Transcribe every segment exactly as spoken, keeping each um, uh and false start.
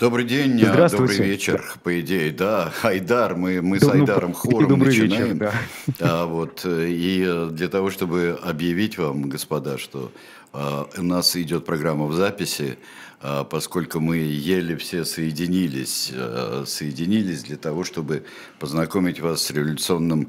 Добрый день, а, добрый Здравствуйте. Да. вечер, по идее, да. Айдар, мы, мы с Доб ну, по Айдаром идее, хором добрый вечер, начинаем. да. А, вот, э, и э, для того, чтобы объявить вам, господа, что а, у нас идет программа в записи, а, поскольку мы еле все соединились, а, соединились для того, чтобы познакомить вас с революционным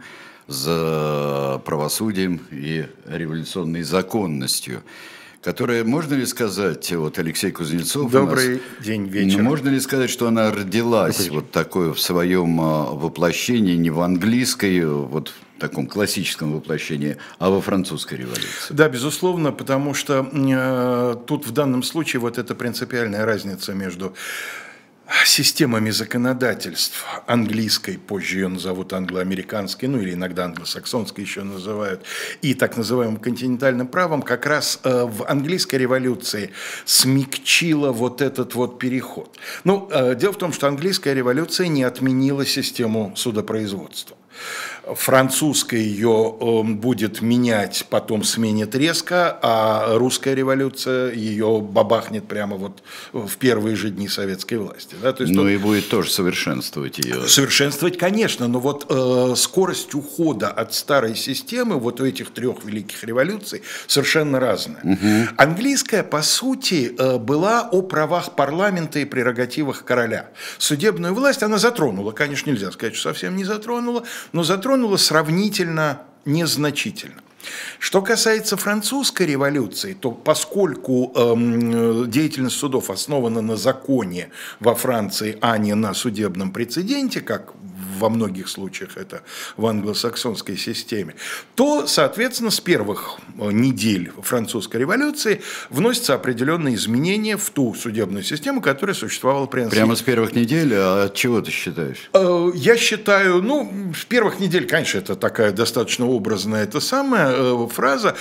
за правосудием и революционной законностью, которая, можно ли сказать, вот Алексей Кузнецов у нас, Добрый день, ну, вечер. можно ли сказать, что она Добрый родилась вечер. вот такое в своем а, воплощении, не в английской, вот в таком классическом воплощении, а во французской революции? Да, безусловно, потому что э, тут в данном случае вот эта принципиальная разница между системами законодательств английской, позже ее назовут англо-американской, ну или иногда англосаксонской еще называют, и так называемым континентальным правом, как раз э, в английской революции смягчила вот этот вот переход. Ну, э, дело в том, что английская революция не отменила систему судопроизводства. Французская ее э, будет менять, потом сменит резко, а русская революция ее бабахнет прямо вот в первые же дни советской власти. Да? То есть Ну тут и будет тоже совершенствовать ее. совершенствовать, конечно, но вот э, скорость ухода от старой системы вот у этих трех великих революций совершенно разная. Угу. Английская, по сути, э, была о правах парламента и прерогативах короля. Судебную власть она затронула, конечно, нельзя сказать, что совсем не затронула, но затронула сравнительно незначительно. Что касается французской революции, то поскольку эм, деятельность судов основана на законе во Франции, а не на судебном прецеденте, как во многих случаях это в англосаксонской системе, то, соответственно, с первых недель французской революции вносятся определенные изменения в ту судебную систему, которая существовала при Ансельме. Прямо с первых недель? А от чего ты считаешь? Я считаю, ну, с первых недель, конечно, это такая достаточно образная это самая э, фраза,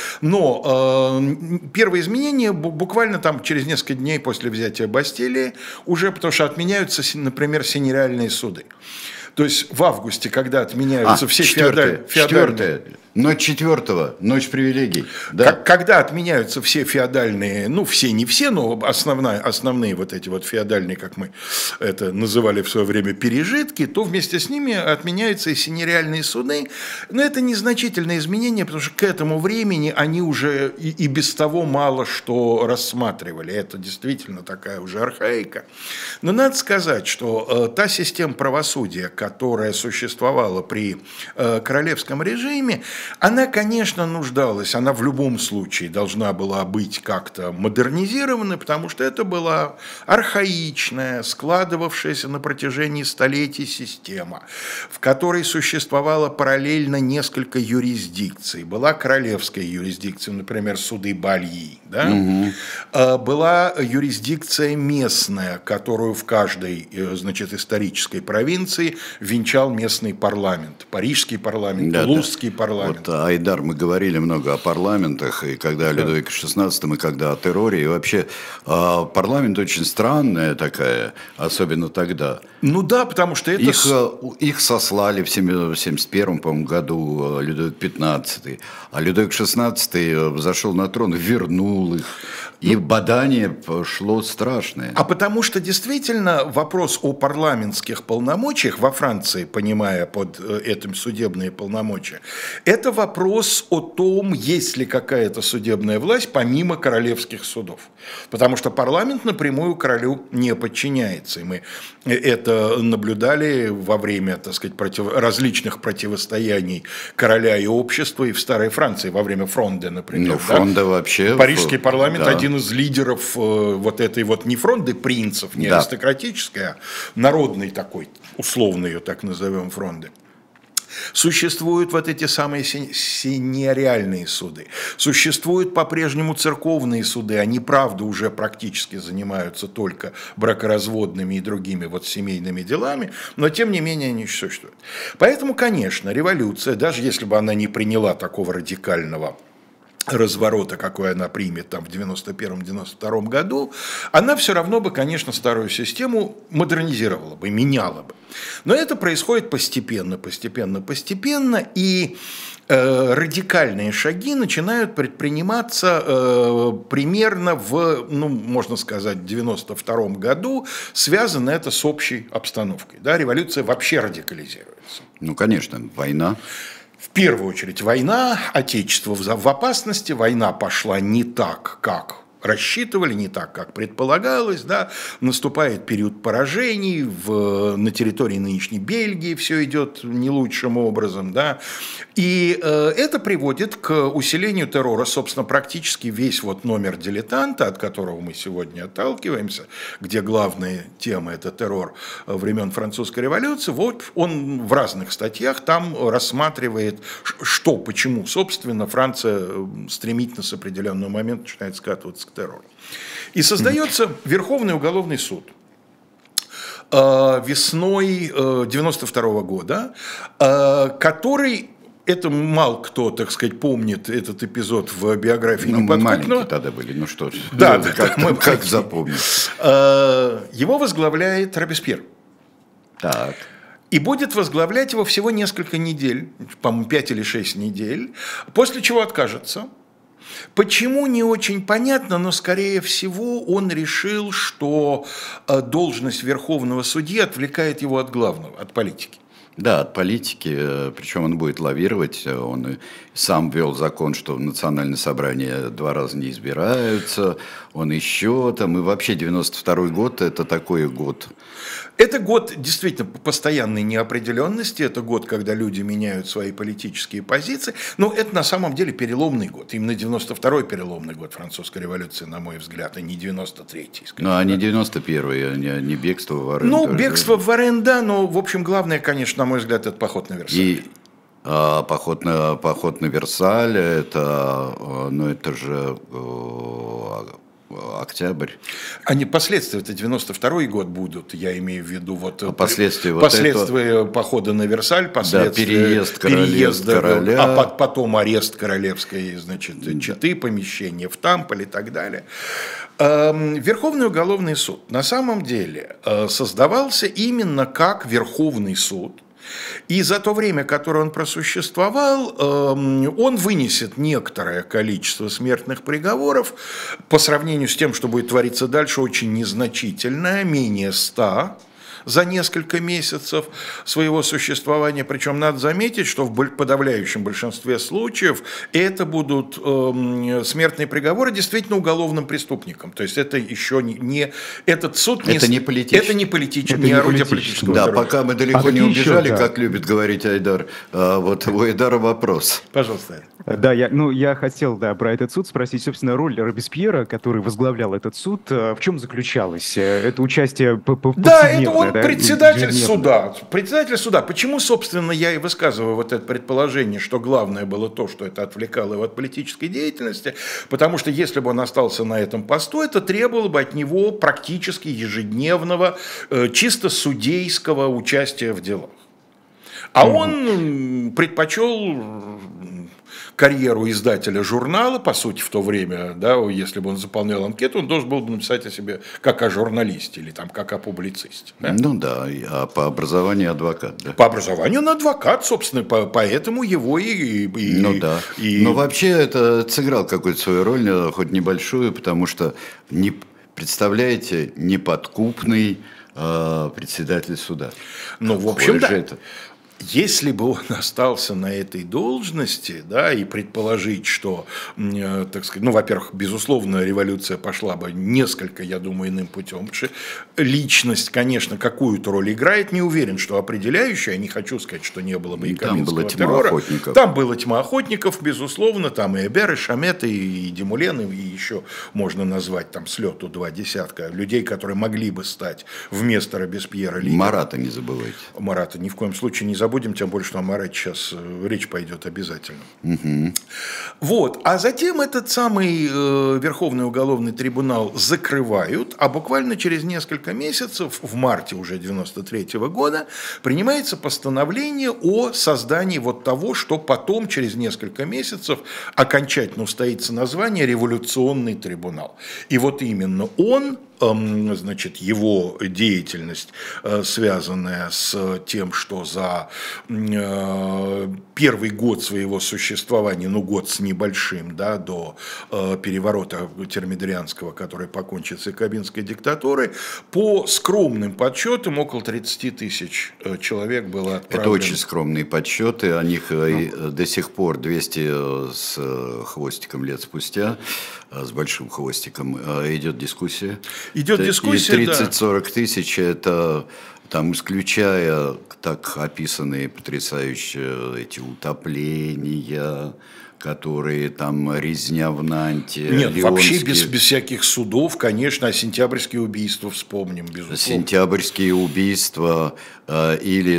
но э, первые изменения буквально там через несколько дней после взятия Бастилии уже, потому что отменяются, например, синериальные суды. То есть в августе, когда отменяются а, все четвертое, феодаль, феодальные... четвертое. Ночь четвертого, ночь привилегий. Да? Как, когда отменяются все феодальные, ну все, не все, но основная, основные вот эти вот феодальные, как мы это называли в свое время, пережитки, то вместе с ними отменяются и синериальные суды. Но это незначительное изменение, потому что к этому времени они уже и, и без того мало что рассматривали. Это действительно такая уже архаика. Но надо сказать, что э, та система правосудия, которая существовала при э, королевском режиме, она, конечно, нуждалась, она в любом случае должна была быть как-то модернизирована, потому что это была архаичная, складывавшаяся на протяжении столетий система, в которой существовало параллельно несколько юрисдикций. Была королевская юрисдикция, например, суды Бальи, да? Угу. Была юрисдикция местная, которую в каждой, значит, исторической провинции венчал местный парламент. Парижский парламент, да, Тулузский да. парламент. Вот, Айдар, мы говорили много о парламентах, и когда о Людовике шестнадцатом, и когда о терроре, и вообще парламент очень странная такая, особенно тогда. Ну да, потому что это... Их, их сослали в семьдесят первом, по-моему, году Людовик пятнадцатый, а Людовик шестнадцатый взошел на трон, вернул их. И бадание шло страшное. А потому что действительно вопрос о парламентских полномочиях во Франции, понимая под этим судебные полномочия, это вопрос о том, есть ли какая-то судебная власть помимо королевских судов. Потому что парламент напрямую королю не подчиняется. И мы это наблюдали во время, так сказать, против... различных противостояний короля и общества и в Старой Франции, во время Фронде, например. Ну, Фронде да? Вообще. Парижский парламент, да. Один из лидеров вот этой вот не фронды принцев, не да. аристократической, а народной такой, условно ее так назовем, фронды. Существуют вот эти самые синериальные суды. Существуют по-прежнему церковные суды. Они, правда, уже практически занимаются только бракоразводными и другими вот семейными делами, но, тем не менее, они существуют. Поэтому, конечно, революция, даже если бы она не приняла такого радикального разворота, какой она примет там в девяносто первом — девяносто втором году, она все равно бы, конечно, старую систему модернизировала бы, меняла бы. Но это происходит постепенно, постепенно, постепенно, и э, радикальные шаги начинают предприниматься э, примерно в, ну, можно сказать, в девяносто втором году, связано это с общей обстановкой. Да, революция вообще радикализируется. Ну, конечно, война. В первую очередь война, отечество в опасности, война пошла не так, как рассчитывали, не так, как предполагалось, да, наступает период поражений, в, на территории нынешней Бельгии все идет не лучшим образом, да, и э, это приводит к усилению террора, собственно, практически весь вот номер «Дилетанта», от которого мы сегодня отталкиваемся, где главная тема – это террор времен французской революции, вот он в разных статьях там рассматривает, что, почему, собственно, Франция стремительно с определенного момента начинает скатываться к террору. И создается Верховный уголовный суд весной девяносто второго года, который, это мало кто, так сказать, помнит этот эпизод в биографии ну, Неподкупного. Мы маленькие тогда были, ну что ж, да, да, да, как, мы как запомнить. Его возглавляет Робеспьер. Так. И будет возглавлять его всего несколько недель, по-моему, пять или шесть недель, после чего откажется. Почему, не очень понятно, но, скорее всего, он решил, что должность верховного судьи отвлекает его от главного, от политики. Да, от политики, причем он будет лавировать, он сам ввел закон, что в национальное собрание два раза не избираются, он еще там, и вообще девяносто второй год – это такой год. Это год действительно постоянной неопределенности, это год, когда люди меняют свои политические позиции, но это на самом деле переломный год, именно девяносто второй переломный год французской революции, на мой взгляд, а не девяносто третий. Ну, а не девяносто первый, не, не бегство в Варен. Ну, тоже, бегство да? в Варен, да, но, в общем, главное, конечно, на мой взгляд, это поход на Версаль. И а, поход, на, поход на Версаль, это, ну, это же октябрь. Они последствия, это девяносто второй год будут, я имею в виду вот а последствия, последствия вот похода на Версаль, последствия да, переезд переезда, короля, а потом арест королевской, значит, четы, помещение в Тамполе и так далее. Верховный уголовный суд на самом деле создавался именно как Верховный суд. И за то время, которое он просуществовал, он вынесет некоторое количество смертных приговоров, по сравнению с тем, что будет твориться дальше, очень незначительное, менее ста за несколько месяцев своего существования. Причем надо заметить, что в подавляющем большинстве случаев это будут э, смертные приговоры действительно уголовным преступникам. То есть это еще не, не этот суд это не, не политический, это не, политический, это не не орудие политический. политического да, террора. пока мы далеко а не еще, убежали, да. как любит говорить Айдар, а, вот у Айдара вопрос. Пожалуйста. Да, я, ну, я хотел, да, про этот суд спросить. Собственно, роль Робеспьера, который возглавлял этот суд, в чем заключалась? Это участие повседневное, Да, это он да, председатель ежедневное. суда. Председатель суда. Почему, собственно, я и высказываю вот это предположение, что главное было то, что это отвлекало его от политической деятельности, потому что если бы он остался на этом посту, это требовало бы от него практически ежедневного, чисто судейского участия в делах. А он предпочел карьеру издателя журнала, по сути, в то время, да, если бы он заполнял анкету, он должен был бы написать о себе как о журналисте или там, как о публицисте. Да? Ну да, а по образованию адвокат. Да. По образованию он адвокат, собственно, по, поэтому его и... и ну да, и... но вообще это сыграл какую-то свою роль, хоть небольшую, потому что, не, представляете, неподкупный э, председатель суда. Ну, в общем, да. Это... Если бы он остался на этой должности, да, и предположить, что, э, так сказать, ну, во-первых, безусловно, революция пошла бы несколько, я думаю, иным путем, потому что личность, конечно, какую-то роль играет, не уверен, что определяющая, я не хочу сказать, что не было бы и каменского террора. Там была тьма охотников. Там была тьма охотников, безусловно, там и Эбер, и Шамет, и, и Демулен, и еще можно назвать там с лету два десятка людей, которые могли бы стать вместо Робеспьера лидером. Марата не забывайте. Марата ни в коем случае не забывайте. забудем, тем больше, что о Марате сейчас речь пойдет обязательно. Угу. Вот. А затем этот самый э, Верховный уголовный трибунал закрывают, а буквально через несколько месяцев, в марте уже девяносто третьего года, принимается постановление о создании вот того, что потом, через несколько месяцев, окончательно устоится название «Революционный трибунал». И вот именно он, значит, его деятельность, связанная с тем, что за первый год своего существования, ну год с небольшим, да, до переворота термидорианского, который покончит с якобинской диктатурой, по скромным подсчетам около тридцати тысяч человек было отправлено. Это очень скромные подсчеты, о них ну. до сих пор двести с хвостиком лет спустя, с большим хвостиком, идет дискуссия. Идет дискуссия, и тридцать-сорок тысяч, это там, исключая так описанные потрясающие эти утопления, которые там резня в Нанте. Нет, Леонский. Вообще без, без всяких судов, конечно, а сентябрьские убийства вспомним, безусловно. Сентябрьские убийства э, или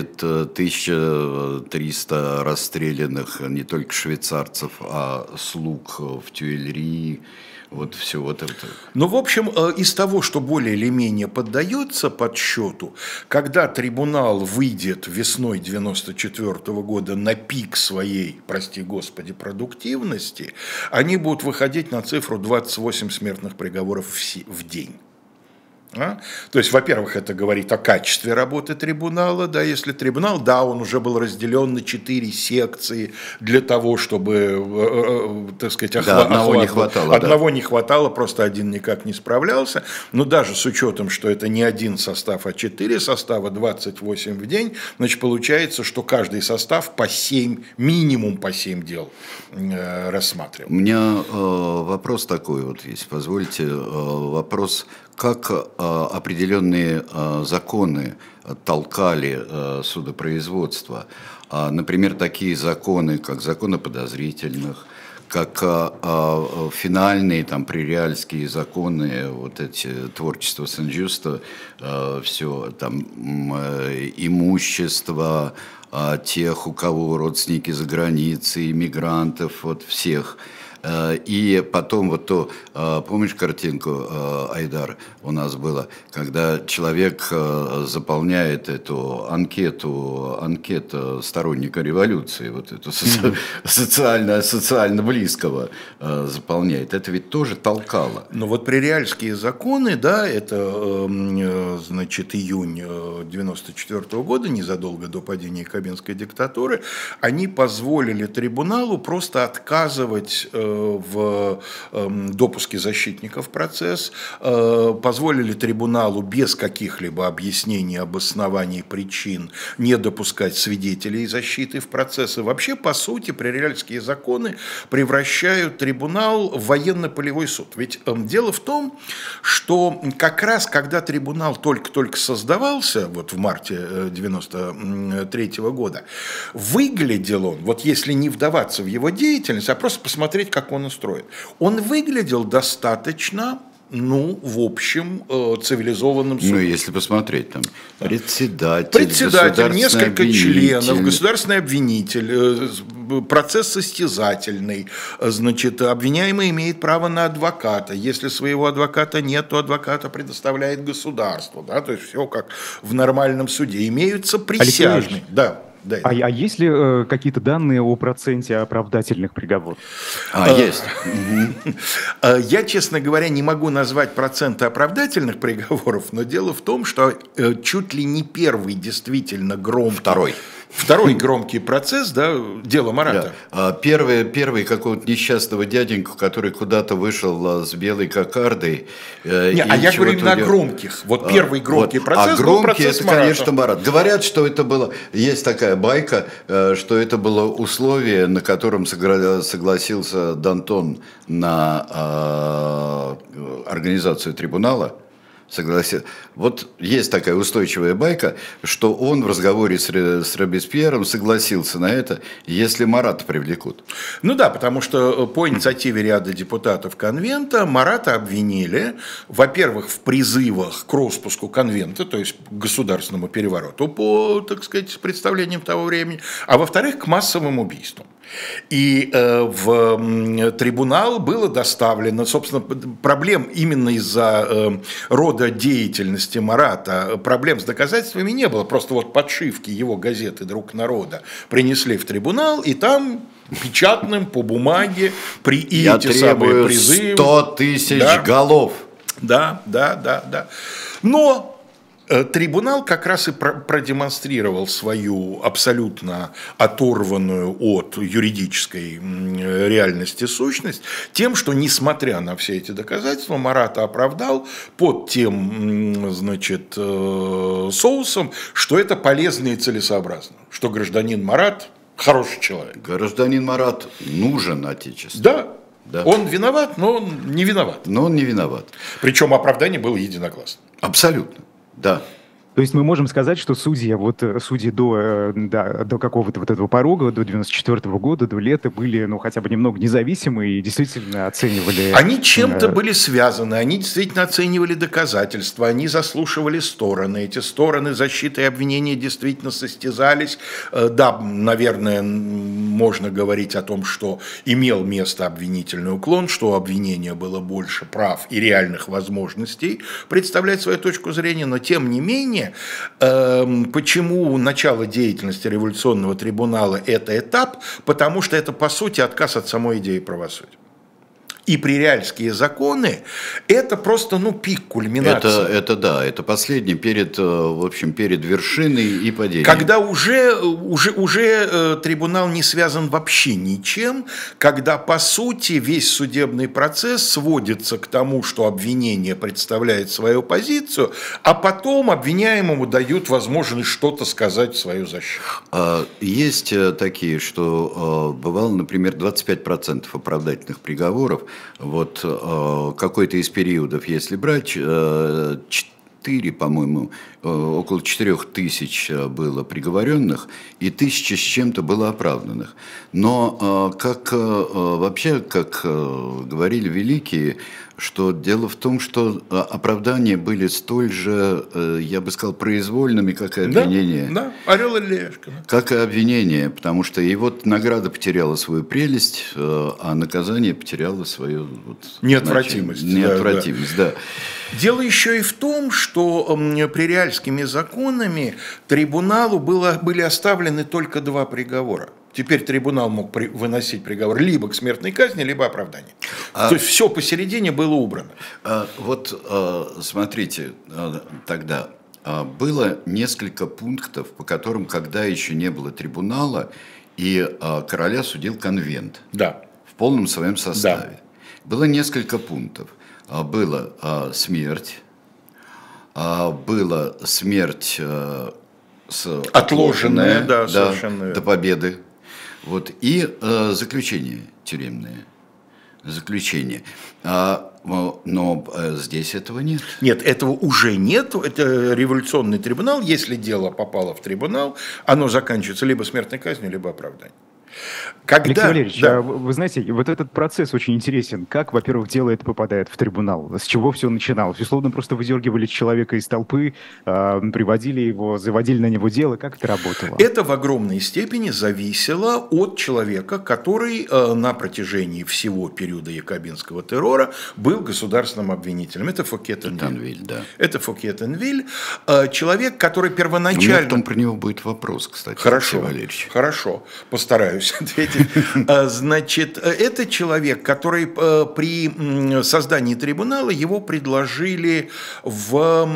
тысяча триста расстрелянных не только швейцарцев, а слуг в Тюильри. Вот все вот это. Ну, в общем, из того, что более или менее поддается подсчету, когда трибунал выйдет весной девяносто четвёртого года на пик своей, прости господи, продуктивности, они будут выходить на цифру двадцать восемь смертных приговоров в день. А? То есть, во-первых, это говорит о качестве работы трибунала, да, если трибунал, да, он уже был разделен на четыре секции для того, чтобы, э, э, так сказать, охва- да, одного охват, не хватало, одного да. не хватало, просто один никак не справлялся, но даже с учетом, что это не один состав, а четыре состава, двадцать восемь в день, значит, получается, что каждый состав по семь, минимум по семь дел э, рассматривал. У меня э, вопрос такой, вот, если позволите, э, вопрос. Как э, определенные э, законы толкали э, судопроизводство. А, например, такие законы, как закон о подозрительных, как э, э, финальные там пререальские законы, вот эти творчество Сен-Жюста, э, все там э, имущество э, тех, у кого родственники за границей, иммигрантов, вот всех. И потом вот то, помнишь картинку, Айдар, у нас было, когда человек заполняет эту анкету, анкету сторонника революции, вот эту соци... социально, социально близкого заполняет, это ведь тоже толкало. Ну вот пререальские законы, да, это, значит, июнь девяносто четвёртого года, незадолго до падения якобинской диктатуры, они позволили трибуналу просто отказывать в допуске защитников в процесс, позволили трибуналу без каких-либо объяснений, обоснований, причин не допускать свидетелей защиты в процесс. И вообще, по сути, пререальские законы превращают трибунал в военно-полевой суд. Ведь дело в том, что как раз когда трибунал только-только создавался, вот в марте девяносто третьего года, выглядел он, вот если не вдаваться в его деятельность, а просто посмотреть, как он устроен. Он выглядел достаточно, ну, в общем, цивилизованным судом. Ну, если посмотреть, там, председатель, Председатель, несколько обвинитель. членов, государственный обвинитель, процесс состязательный, значит, обвиняемый имеет право на адвоката. Если своего адвоката нет, то адвоката предоставляет государство, да, то есть все как в нормальном суде. Имеются присяжные. Да. Да, а, а есть ли э, какие-то данные о проценте оправдательных приговоров? А, есть. Я, честно говоря, не могу назвать проценты оправдательных приговоров, но дело в том, что чуть ли не первый действительно громкий... Второй. Второй громкий процесс, да, дело Марата. Да. Первый, первый какого-то несчастного дяденьку, который куда-то вышел с белой кокардой. Не, а я говорю именно о громких. Вот первый громкий вот. процесс а был громкий, процесс это, Марата. Конечно, Марат. Говорят, что это было, есть такая байка, что это было условие, на котором согласился Д'Антон на организацию трибунала. Согласен. Вот есть такая устойчивая байка, что он в разговоре с, с Робеспьером согласился на это, если Марата привлекут. Ну да, потому что по инициативе ряда депутатов конвента Марата обвинили, во-первых, в призывах к распуску конвента, то есть к государственному перевороту по, так сказать, представлениям того времени, а во-вторых, к массовым убийствам. И э, в э, трибунал было доставлено, собственно, проблем именно из-за э, рода деятельности Марата, проблем с доказательствами не было, просто вот подшивки его газеты «Друг народа» принесли в трибунал, и там печатным по бумаге при и Я эти самые требую призывы. сто тысяч Да. голов. Да, да, да, да. Но э, трибунал как раз и про- продемонстрировал свою абсолютно оторванную от юридической м, реальности сущность тем, что, несмотря на все эти доказательства, Марата оправдал под тем, м, значит, э, соусом, что это полезно и целесообразно, что гражданин Марат хороший человек. Гражданин Марат нужен Отечеству. Да, Да. он виноват, но он не виноват. Но он не виноват. Причем оправдание было единогласным. Абсолютно. Да. То есть мы можем сказать, что судьи, вот э, судьи до, э, да, до какого-то вот этого порога, до девяносто четвёртого года, до лета были, ну, хотя бы немного независимы и действительно оценивали... Они чем-то э, были связаны, они действительно оценивали доказательства, они заслушивали стороны, эти стороны защиты и обвинения действительно состязались. Э, Да, наверное, м, можно говорить о том, что имел место обвинительный уклон, что у обвинения было больше прав и реальных возможностей представлять свою точку зрения, но тем не менее, эм, почему начало деятельности революционного трибунала – это этап? Потому что это, по сути, отказ от самой идеи правосудия. И приреальские законы – это просто, ну, пик, кульминация. Это, это да, это последний перед, э, в общем, перед вершиной и падением. Когда уже, уже, уже э, трибунал не связан вообще ничем, когда, по сути, весь судебный процесс сводится к тому, что обвинение представляет свою позицию, а потом обвиняемому дают возможность что-то сказать в свою защиту. А, Есть э, такие, что э, бывало, например, двадцать пять процентов оправдательных приговоров. Вот э, какой-то из периодов, если брать, э, четыре, по-моему, э, около четырех тысяч было приговоренных и тысяча с чем-то было оправданных. Но э, как э, вообще, как э, говорили великие, что дело в том, что э, оправдания были столь же, э, я бы сказал, произвольными, как и обвинения. Да, да, орел или решка. Да. Как и обвинение, потому что и вот награда потеряла свою прелесть, э, а наказание потеряло свою вот, Неотвратимость, значение. да, Неотвратимость, да. Дело еще и в том, что м, приреальскими законами трибуналу было, были оставлены только два приговора. Теперь трибунал мог при, выносить приговор либо к смертной казни, либо оправданию. А, То есть все посередине было убрано. А, вот а, смотрите, а, тогда а, было несколько пунктов, по которым, когда еще не было трибунала, и а, короля судил конвент Да. в полном своем составе. Да. Было несколько пунктов. А, была а, смерть, а, была смерть а, с, Отложенная, отложенная, да, да, совершенно до победы. Вот, и э, заключение тюремное. Заключение. А, но э, здесь этого нет. Нет, этого уже нет. Это революционный трибунал. Если дело попало в трибунал, оно заканчивается либо смертной казнью, либо оправданием. Когда, Алексей Валерьевич, да. а вы знаете, вот этот процесс очень интересен. Как, во-первых, дело это попадает в трибунал? С чего все начиналось? Условно, просто выдергивали человека из толпы, э, приводили его, заводили на него дело. Как это работало? Это в огромной степени зависело от человека, который э, на протяжении всего периода якобинского террора был государственным обвинителем. Это Фуке-Тенвиль. Тенвиль, да. Это Фуке-Тенвиль. Э, человек, который У первоначально... меня потом про него будет вопрос, кстати, Хорошо, Алексей Валерьевич. хорошо, постараюсь ответить. Значит, это человек, который при создании трибунала его предложили в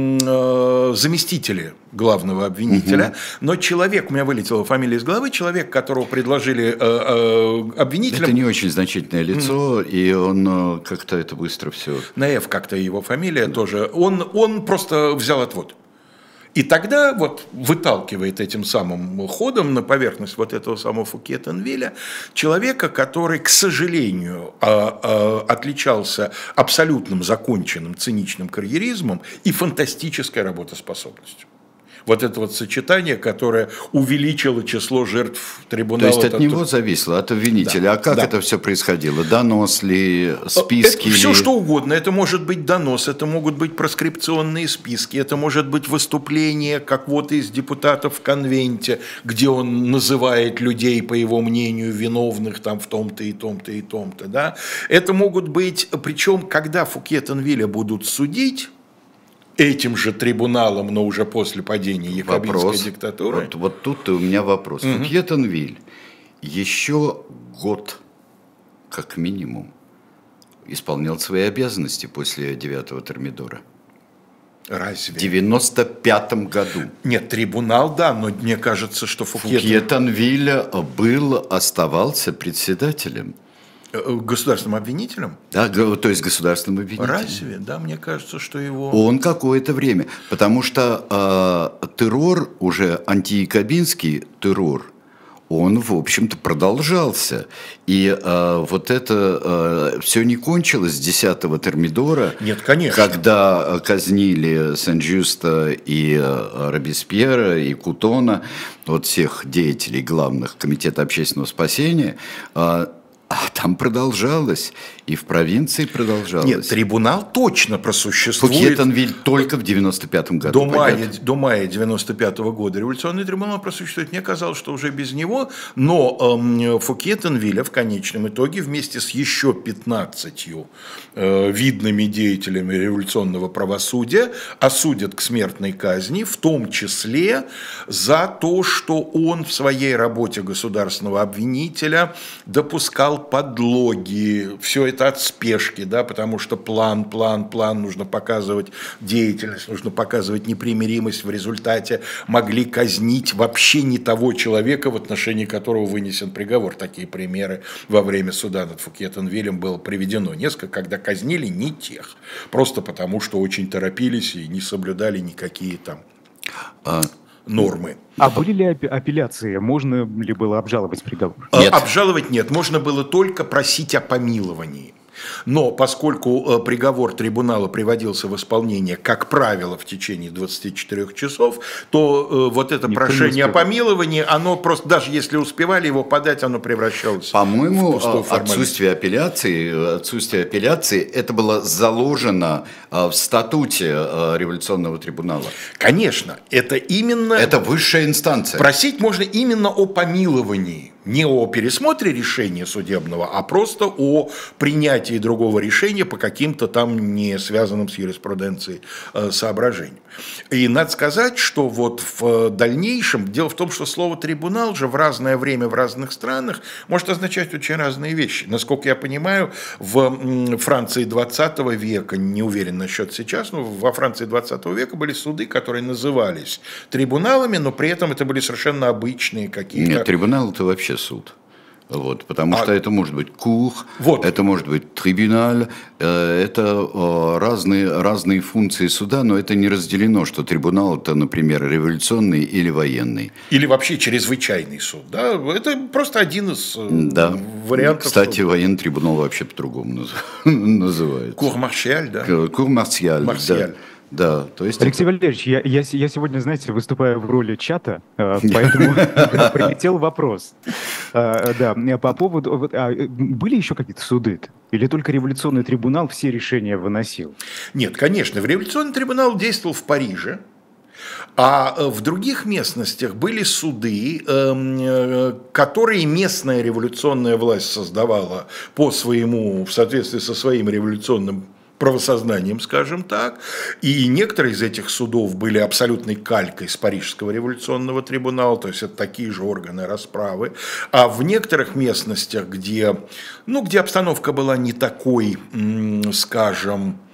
заместители главного обвинителя, угу. Но человек, у меня вылетела фамилия из головы, человек, которого предложили обвинителем... Это не очень значительное лицо, mm. и он как-то это быстро все... На F как-то его фамилия да. тоже. Он, он просто взял отвод. И тогда вот выталкивает этим самым ходом на поверхность вот этого самого Фуке Тенвиля человека, который, к сожалению, отличался абсолютным законченным циничным карьеризмом и фантастической работоспособностью. Вот это вот сочетание, которое увеличило число жертв трибунала. То есть от него зависело, от обвинителя. Да, а как да. это все происходило? Донос ли, списки это ли? Все что угодно. Это может быть донос, это могут быть проскрипционные списки, это может быть выступление какого-то из депутатов в конвенте, где он называет людей, по его мнению, виновных там, в том-то и том-то и том-то. Да? Это могут быть, причем, когда Фуке Тенвиля будут судить, этим же трибуналом, но уже после падения якобинской вопрос. диктатуры. Вот, вот тут у меня вопрос. Угу. Фуке Тенвиль еще год, как минимум, исполнял свои обязанности после девятого Термидора. Разве? В девяносто пятом году. Нет, трибунал, да, но мне кажется, что Фуке, Фуке Тенвиль был, оставался председателем. Государственным обвинителем? Да, то есть государственным обвинителем. Разве? Да, мне кажется, что его... Он какое-то время. Потому что э, террор, уже антиякобинский террор, он, в общем-то, продолжался. И э, вот это э, все не кончилось с десятого Термидора. Нет, конечно. Когда казнили Сен-Жюста и э, Робеспьера, и Кутона, вот всех деятелей главных Комитета общественного спасения, э, а там продолжалось, и в провинции продолжалось. Нет, трибунал точно просуществует. Фуке Тенвиль только в девяносто пятом году. До мая, до мая девяносто пятого года революционный трибунал просуществует. Мне казалось, что уже без него, но э, Фуке Тенвиля в конечном итоге вместе с еще пятнадцатью э, видными деятелями революционного правосудия осудят к смертной казни, в том числе за то, что он в своей работе государственного обвинителя допускал подлоги, все это от спешки, да, потому что план, план, план, нужно показывать деятельность, нужно показывать непримиримость, в результате могли казнить вообще не того человека, в отношении которого вынесен приговор. Такие примеры во время суда над Фуке Тенвилем было приведено несколько, когда казнили не тех, просто потому что очень торопились и не соблюдали никакие там... А... нормы. А были ли апелляции? Можно ли было обжаловать приговор? Нет. Обжаловать нет. Можно было только просить о помиловании. Но поскольку приговор трибунала приводился в исполнение, как правило, в течение двадцати четырёх часов, то вот это Никто прошение о помиловании, оно просто, даже если успевали его подать, оно превращалось По-моему, в пустую формальность. Отсутствие апелляции, отсутствие апелляции, это было заложено в статуте революционного трибунала. Конечно, это именно... Это высшая инстанция. Просить можно именно о помиловании. Не о пересмотре решения судебного, а просто о принятии другого решения по каким-то там не связанным с юриспруденцией э, соображениям. И надо сказать, что вот в дальнейшем, дело в том, что слово «трибунал» же в разное время в разных странах может означать очень разные вещи. Насколько я понимаю, в Франции двадцатого века, не уверен насчет сейчас, но во Франции двадцатого века были суды, которые назывались трибуналами, но при этом это были совершенно обычные какие-то... Нет, трибунал – это вообще суд. Вот, потому а, что это может быть кур, вот. это может быть трибуналь, это разные, разные функции суда, но это не разделено, что трибунал это, например, революционный или военный. Или вообще чрезвычайный суд. Да? Это просто один из да. вариантов. Кстати, суда. Военный трибунал вообще по-другому называется. Кур-маршиаль, да? Кур-маршиаль, да. Да, то есть... Алексей Валерьевич, я, я, я сегодня, знаете, выступаю в роли чата, поэтому прилетел вопрос. Да, по поводу... Были еще какие-то суды? Или только революционный трибунал все решения выносил? Нет, конечно, революционный трибунал действовал в Париже, а в других местностях были суды, которые местная революционная власть создавала по своему, в соответствии со своим революционным правосознанием, скажем так, и некоторые из этих судов были абсолютной калькой с Парижского революционного трибунала, то есть это такие же органы расправы, а в некоторых местностях, где, ну, где обстановка была не такой, скажем,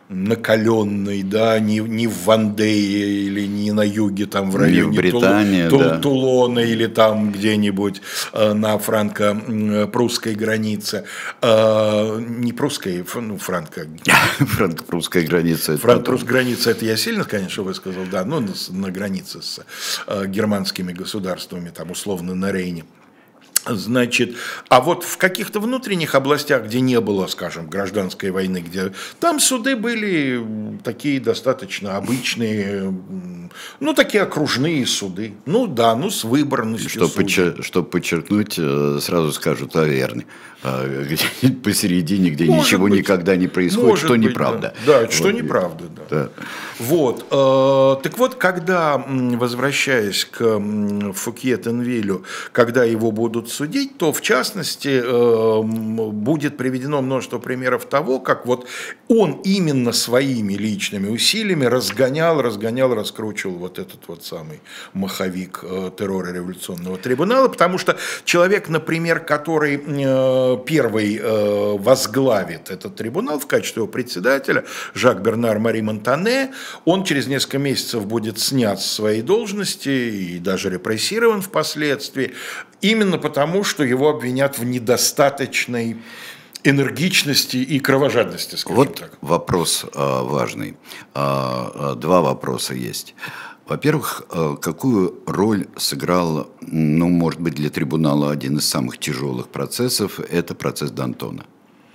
накаленный, да, не, не в Вандее или не на юге, там в районе не в Британии, Тул, да. Тулона или там где-нибудь э, на франко-прусской границе. Э, не прусской, ну, франко... Франко-прусская граница. Франко-прусская граница, это я сильно, конечно, высказал, да, но на, на границе с э, германскими государствами, там условно на Рейне. Значит, а вот в каких-то внутренних областях, где не было, скажем, гражданской войны, где там суды были такие достаточно обычные, ну, такие окружные суды. Ну, да, ну, с выборностью. Чтобы, подчер- чтобы подчеркнуть, сразу скажу таверны. Где-нибудь посередине, где может ничего быть, никогда не происходит, что быть, неправда. Да, да вот. Что неправда, да. да. Вот. Э, так вот, когда, возвращаясь к Фукье-Тенвилю, когда его будут судить, то, в частности, э, будет приведено множество примеров того, как вот он именно своими личными усилиями разгонял, разгонял, раскручивал вот этот вот самый маховик э, террора революционного трибунала, потому что человек, например, который... Э, первый э, возглавит этот трибунал в качестве его председателя, Жак-Бернар Мари Монтане, он через несколько месяцев будет снят с своей должности и даже репрессирован впоследствии, именно потому, что его обвинят в недостаточной энергичности и кровожадности, скажем вот так. Вот вопрос э, важный. Э, два вопроса есть. Во-первых, какую роль сыграл, ну, может быть, для трибунала один из самых тяжелых процессов, это процесс Д'Антона?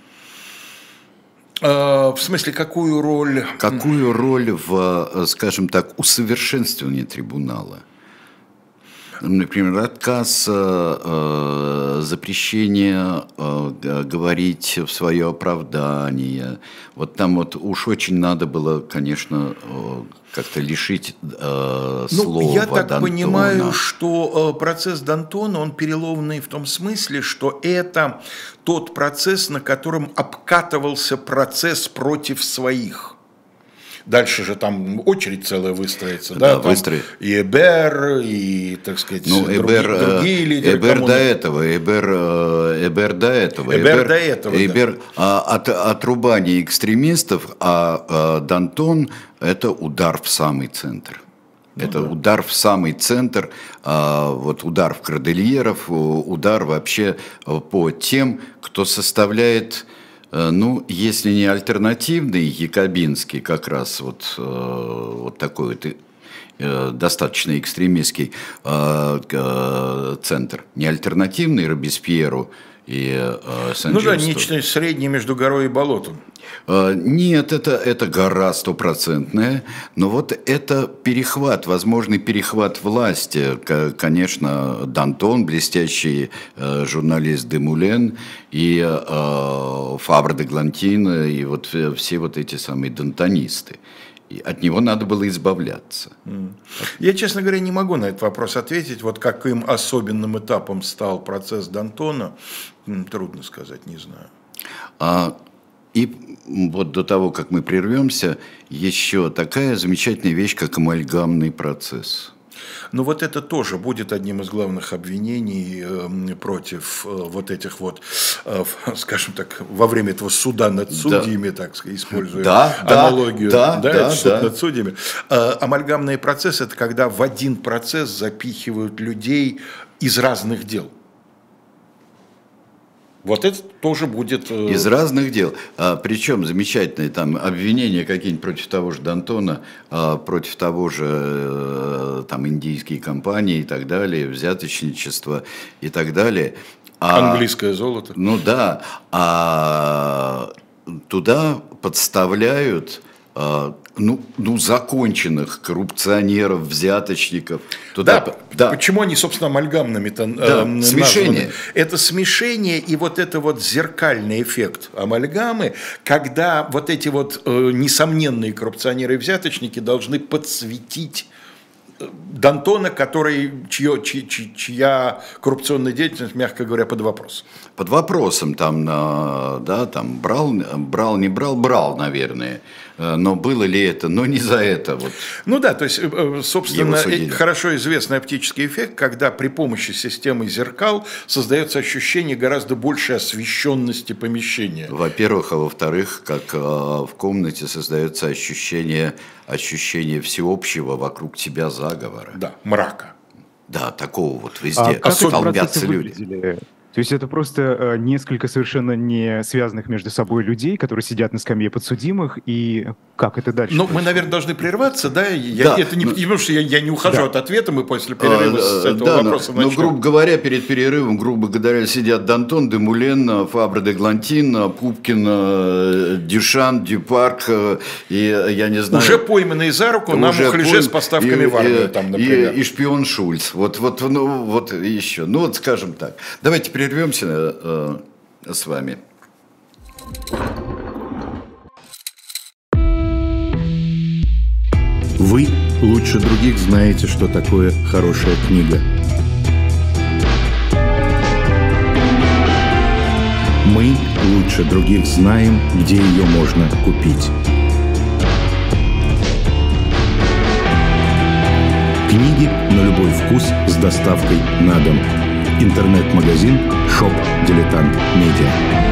В смысле, какую роль? Какую роль в, скажем так, усовершенствовании трибунала? Например, отказ, э, запрещение э, говорить в свое оправдание. Вот там вот уж очень надо было, конечно, э, как-то лишить э, слова ну, я так Д'Антона. понимаю, что э, процесс Д'Антона, он переломный в том смысле, что это тот процесс, на котором обкатывался процесс против своих. Дальше же там очередь целая выстроится, да, да там выстроит. И Эбер, и, так сказать, ну, другие, Эбер, другие лидеры. Эбер до этого, Эбер, Эбер до этого. Эбер, Эбер до этого, Эбер, да. а, от, отрубание экстремистов, а, а Д'Антон – это удар в самый центр. Ну, это да. удар в самый центр, а, вот удар в кордильеров, удар вообще по тем, кто составляет... Ну, если не альтернативный якобинский, как раз вот, вот такой вот достаточно экстремистский центр, не альтернативный Робеспьеру и Сен-Жюсту. Ну да, нечто среднее между горой и болотом. Нет, это, это гора стопроцентная, но вот это перехват, возможный перехват власти. Конечно, Д'Антон, блестящий журналист Демулен, и Фабр де Глантин, и вот все вот эти самые д'антонисты. И от него надо было избавляться. Я, честно говоря, не могу на этот вопрос ответить. Вот каким особенным этапом стал процесс Д'Антона, трудно сказать, не знаю. А, и вот до того, как мы прервемся, еще такая замечательная вещь, как амальгамный процесс. Но вот это тоже будет одним из главных обвинений против вот этих вот, скажем так, во время этого суда над судьями, да. так сказать, используя да, аналогию, да, да, да, суд да. над судьями. Амальгамный процесс – это когда в один процесс запихивают людей из разных дел. Вот это тоже будет... Из разных дел. А, причем замечательные там обвинения какие-нибудь против того же Д'Антона, а, против того же там индийские компании и так далее, взяточничество и так далее. А, Английское золото. Ну да. А туда подставляют... Ну, ну, законченных коррупционеров, взяточников. Туда, да, да, почему они, собственно, амальгамными-то да, э, смешение. Это смешение и вот это вот зеркальный эффект амальгамы, когда вот эти вот э, несомненные коррупционеры и взяточники должны подсветить Д'Антона, который, чье, чья, чья коррупционная деятельность, мягко говоря, под вопросом. Под вопросом там, да, там брал, брал, не брал, брал, наверное. Но было ли это? Но не за это. Вот. Ну да, то есть, собственно, хорошо известный оптический эффект, когда при помощи системы зеркал создается ощущение гораздо большей освещенности помещения. Во-первых, а во-вторых, как в комнате создается ощущение, ощущение всеобщего вокруг тебя заговора. Да, мрака. Да, такого вот везде. А как столбятся люди. Выглядели? То есть это просто э, несколько совершенно не связанных между собой людей, которые сидят на скамье подсудимых, и как это дальше? Ну, мы, наверное, должны прерваться, да? Я, да это не но... потому, что я, я не ухожу да. от ответа, мы после перерыва а, с этого да, вопроса но, начнем. Но, грубо говоря, перед перерывом, грубо говоря, сидят Д'Антон, Демулен, Фабре де Глантин, Пупкин, Дюшан, Дюпарк, и я не знаю... Уже пойманные за руку на мухлиже с поставками и, в армию, и, там, например. И, и шпион Шульц. Вот, вот, ну, вот еще. Ну, вот скажем так. Давайте прервемся э, с вами. Вы лучше других знаете, что такое хорошая книга. Мы лучше других знаем, где ее можно купить. Книги на любой вкус с доставкой на дом. Интернет-магазин Shop Дилетант Медиа.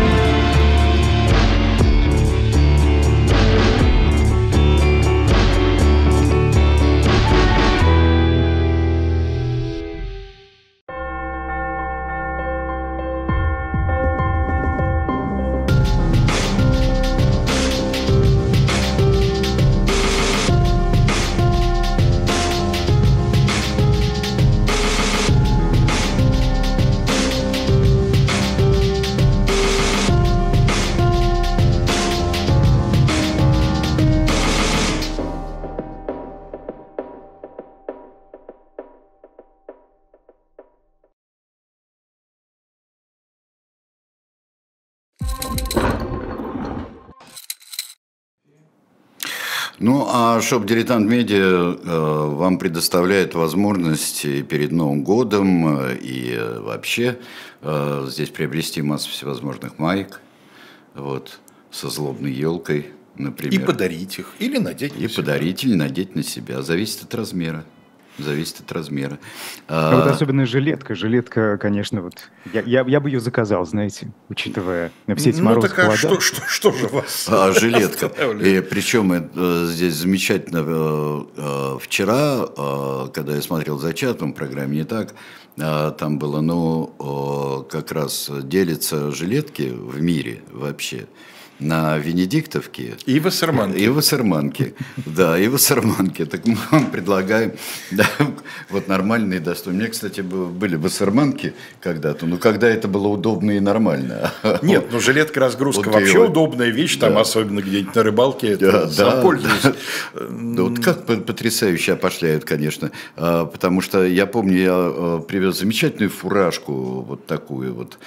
Ну, а Shop Дилетант Медиа э, вам предоставляет возможность и перед Новым годом, э, и э, вообще э, здесь приобрести массу всевозможных маек, вот, со злобной елкой, например. И подарить их, или надеть и на себя. И подарить, или надеть на себя, зависит от размера. Зависит от размера. А, а вот особенно жилетка. Жилетка, конечно, вот я, я, я бы ее заказал, знаете, учитывая все эти морозы, холода. Ну, так а что, что, что же вас а, жилетка. И причем э, здесь замечательно. Э, э, вчера, э, когда я смотрел за чатом, в программе «Не так», э, там было, ну, э, как раз делятся жилетки в мире вообще на Венедиктовке и Вассерманке. И Вассерманке, да, и Вассерманке. Так мы вам предлагаем, да, вот нормальные, достойные. У меня, кстати, были Вассерманки когда-то, но когда это было удобно и нормально. Нет, ну жилетка-разгрузка вот вообще вот удобная вещь, там, да. Особенно где-нибудь на рыбалке, это да, сам да, пользуюсь. Да. Да, вот как потрясающе опошляют, конечно. Потому что я помню, я привез замечательную фуражку, вот такую вот,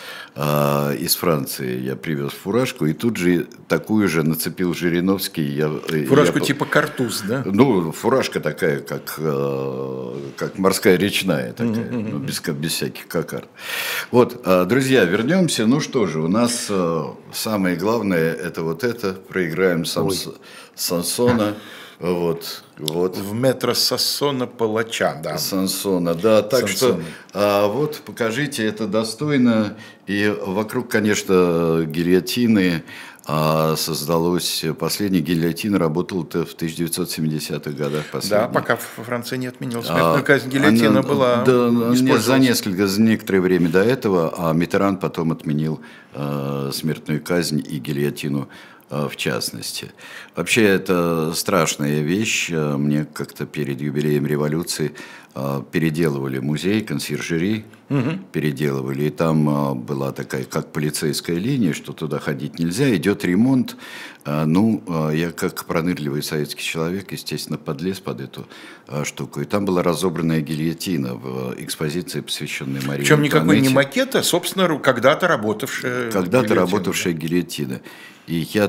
из Франции. Я привез фуражку, и тут же такую же нацепил Жириновский. Я, фуражку я, типа картуз, да? Ну, фуражка такая, как, как морская речная, такая, mm-hmm. ну, без, без всяких кокард. Вот, друзья, вернемся. Ну что же, у нас самое главное, это вот это. Проиграем Самс, Сансона. Вот, вот. В метро Сассона палача, да. Сансона, да. Так Сансона. Что, а, вот, покажите, это достойно. И вокруг, конечно, гильотины а, создалось... Последняя гильотина работала в тысяча девятьсот семидесятых годах. Последняя. Да, пока Франция не отменила смертную а, казнь, гильотина она, была... Да, не за несколько, за некоторое время до этого, а Миттеран потом отменил а, смертную казнь и гильотину в частности. Вообще, это страшная вещь. Мне как-то перед юбилеем революции переделывали музей, консьержери, угу. переделывали. И там была такая, как полицейская линия, что туда ходить нельзя, идет ремонт. Ну, я как пронырливый советский человек, естественно, подлез под эту штуку. И там была разобранная гильотина в экспозиции, посвященной Марии. Причем никакой не макет, а, собственно, когда-то работавшая Когда-то гильотина. работавшая гильотина. И я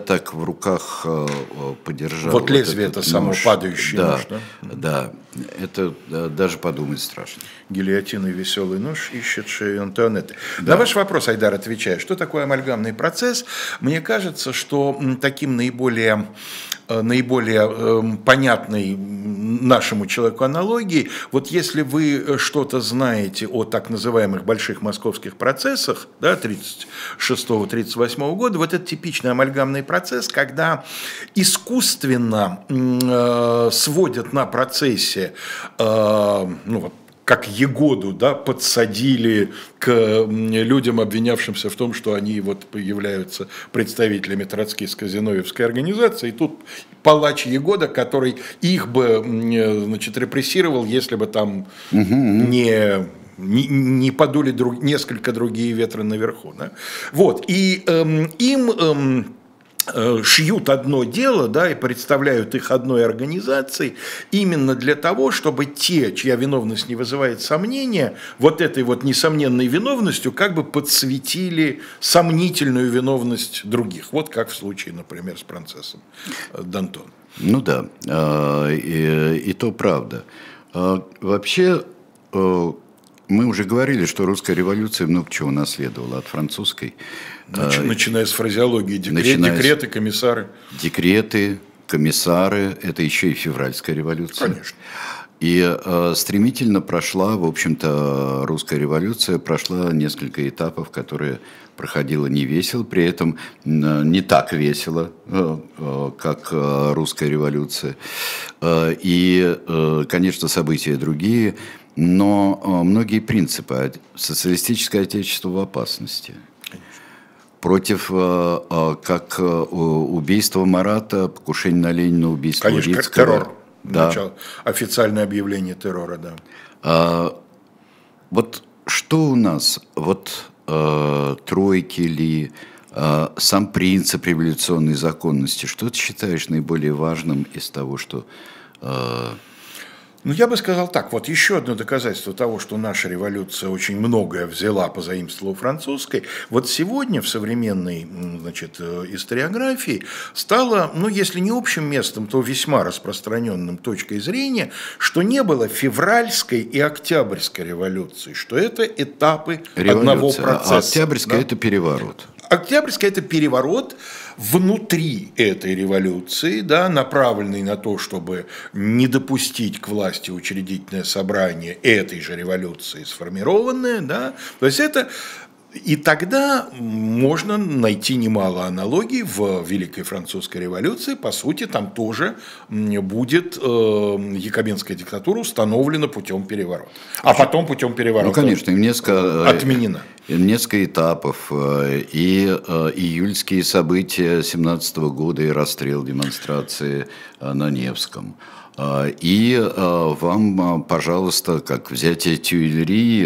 так в руках подержал. Вот лезвие это само падающий да, нож, да? Да, это даже подумать страшно. Гильотиной веселый нож ищет шею Антуанетты. Да. На ваш вопрос, Айдар, отвечаю, что такое амальгамный процесс? Мне кажется, что таким наиболее, наиболее понятной нашему человеку аналогией, вот если вы что-то знаете о так называемых больших московских процессах, да, тридцать шестого — тридцать восьмого года, вот это типичный амальгамный процесс, когда искусственно э, сводят на процессе, э, ну вот, как Егоду, да, подсадили к людям, обвинявшимся в том, что они вот являются представителями троцкистско-зиновьевской организации. И тут палач Егода, который их бы, значит, репрессировал, если бы там угу. не... Не, не подули друг, несколько другие ветры наверху. Да? Вот. И эм, им эм, э, шьют одно дело, да, и представляют их одной организацией именно для того, чтобы те, чья виновность не вызывает сомнения, вот этой вот несомненной виновностью как бы подсветили сомнительную виновность других. Вот как в случае, например, с принцессом Д'Антон. Ну да, и, и то правда. Вообще... Мы уже говорили, что русская революция много чего унаследовала от французской. Начи, начиная с фразеологии, декрет, декреты, комиссары. Декреты, комиссары, это еще и февральская революция. Конечно. И э, стремительно прошла, в общем-то, русская революция, прошла несколько этапов, которые проходила не весело, при этом э, не так весело, э, э, как э, русская революция. Э, и, э, конечно, события другие. Но э, многие принципы. Социалистическое отечество в опасности. Конечно. Против э, э, как э, убийства Марата, покушение на Ленина, убийство Конечно, Урицкого. Террор. Да. Начало. Официальное объявление террора, да. А, вот что у нас? Вот э, тройки ли, э, сам принцип революционной законности. Что ты считаешь наиболее важным из того, что... Э, Ну, я бы сказал так, вот еще одно доказательство того, что наша революция очень многое взяла, позаимствовала французской. Вот сегодня в современной, значит, историографии стало, ну, если не общим местом, то весьма распространенным точкой зрения, что не было февральской и октябрьской революции, что это этапы революция. Одного процесса. А октябрьская да? – это переворот. Октябрьская – это переворот внутри этой революции, да, направленный на то, чтобы не допустить к власти учредительное собрание этой же революции сформированное. Да. То есть это... И тогда можно найти немало аналогий в Великой Французской революции. По сути, там тоже будет э, якобинская диктатура установлена путем переворота. А потом путем переворота ну, конечно, несколько, отменена. Несколько этапов. И э, июльские события семнадцатого года, и расстрел демонстрации на Невском. И э, вам, пожалуйста, как взятие Тюильри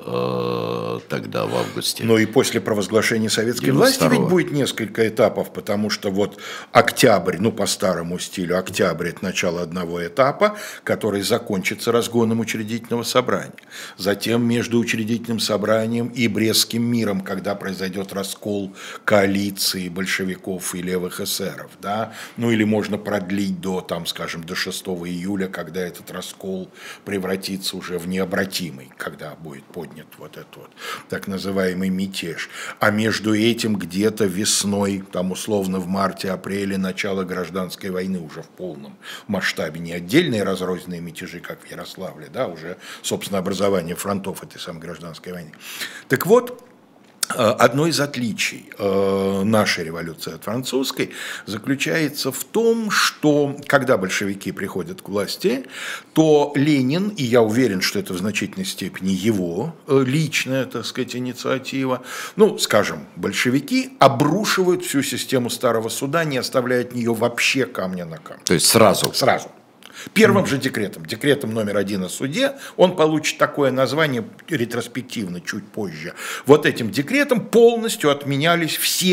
э, тогда в августе. Ну и после провозглашения советской власти ведь будет несколько этапов, потому что вот октябрь, ну по старому стилю, октябрь – это начало одного этапа, который закончится разгоном учредительного собрания. Затем между учредительным собранием и Брестским миром, когда произойдет раскол коалиции большевиков и левых эсеров, да, ну или можно продлить до, там, скажем, до шестого июля, когда этот раскол превратится уже в необратимый, когда будет поднят вот этот вот так называемый мятеж. А между этим где-то весной, там условно в марте-апреле, начало гражданской войны уже в полном масштабе, не отдельные разрозненные мятежи, как в Ярославле, да, уже, собственно, образование фронтов этой самой гражданской войны. Так вот, одно из отличий нашей революции от французской заключается в том, что когда большевики приходят к власти, то Ленин, и я уверен, что это в значительной степени его личная, так сказать, инициатива, ну, скажем, большевики обрушивают всю систему старого суда, не оставляя от нее вообще камня на камне. То есть сразу? Сразу. Первым же декретом, декретом номер один о суде, он получит такое название ретроспективно, чуть позже. Вот этим декретом полностью отменялись все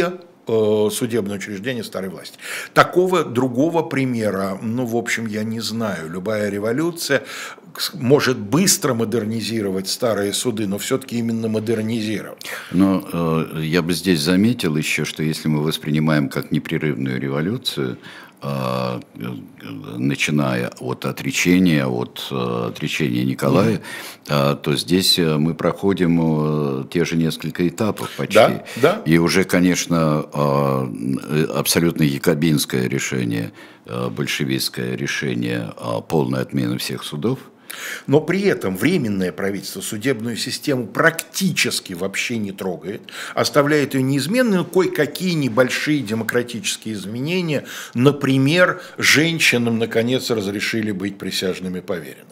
судебное учреждение старой власти. Такого другого примера, ну, в общем, я не знаю. Любая революция может быстро модернизировать старые суды, но все-таки именно модернизировать. Но э, я бы здесь заметил еще, что если мы воспринимаем как непрерывную революцию, э, начиная от отречения, от э, отречения Николая, mm-hmm. э, то здесь мы проходим э, те же несколько этапов почти. Да, да. И уже, конечно, э, абсолютно якобинское решение, э, большевистское решение э, полной отмены всех судов. Но при этом временное правительство судебную систему практически вообще не трогает, оставляет ее неизменной, но кое-какие небольшие демократические изменения. Например, женщинам наконец разрешили быть присяжными поверенными.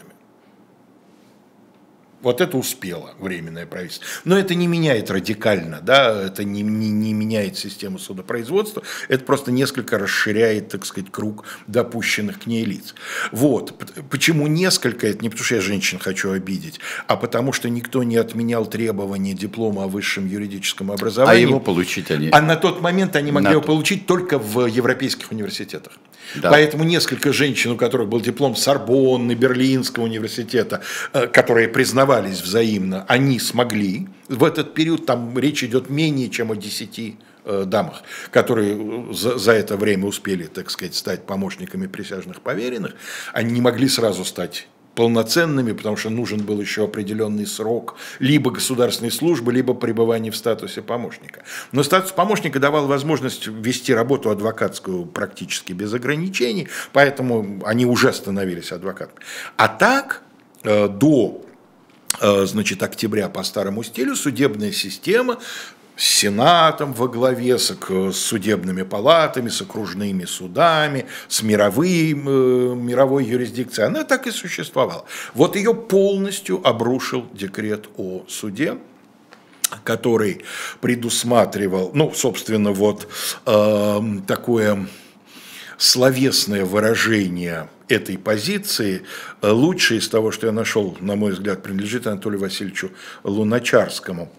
Вот это успело временное правительство. Но это не меняет радикально, да, это не, не, не меняет систему судопроизводства, это просто несколько расширяет, так сказать, круг допущенных к ней лиц. Вот. Почему несколько? Это не потому, что я женщин хочу обидеть, а потому, что никто не отменял требования диплома о высшем юридическом образовании. А его получить они... А на тот момент они могли на... его получить только в европейских университетах. Да. Поэтому несколько женщин, у которых был диплом Сорбонны, Берлинского университета, которые признавались взаимно, они смогли. В этот период там речь идет менее чем о десяти дамах, которые за, за это время успели, так сказать, стать помощниками присяжных поверенных. Они не могли сразу стать полноценными, потому что нужен был еще определенный срок либо государственной службы, либо пребывания в статусе помощника. Но статус помощника давал возможность вести работу адвокатскую практически без ограничений, поэтому они уже становились адвокатами. А так, до, значит, октября по старому стилю судебная система с сенатом во главе, с, с судебными палатами, с окружными судами, с мировой, э, мировой юрисдикцией, она так и существовала. Вот ее полностью обрушил декрет о суде, который предусматривал, ну, собственно, вот э, такое словесное выражение этой позиции, лучшее из того, что я нашел, на мой взгляд, принадлежит Анатолию Васильевичу Луначарскому.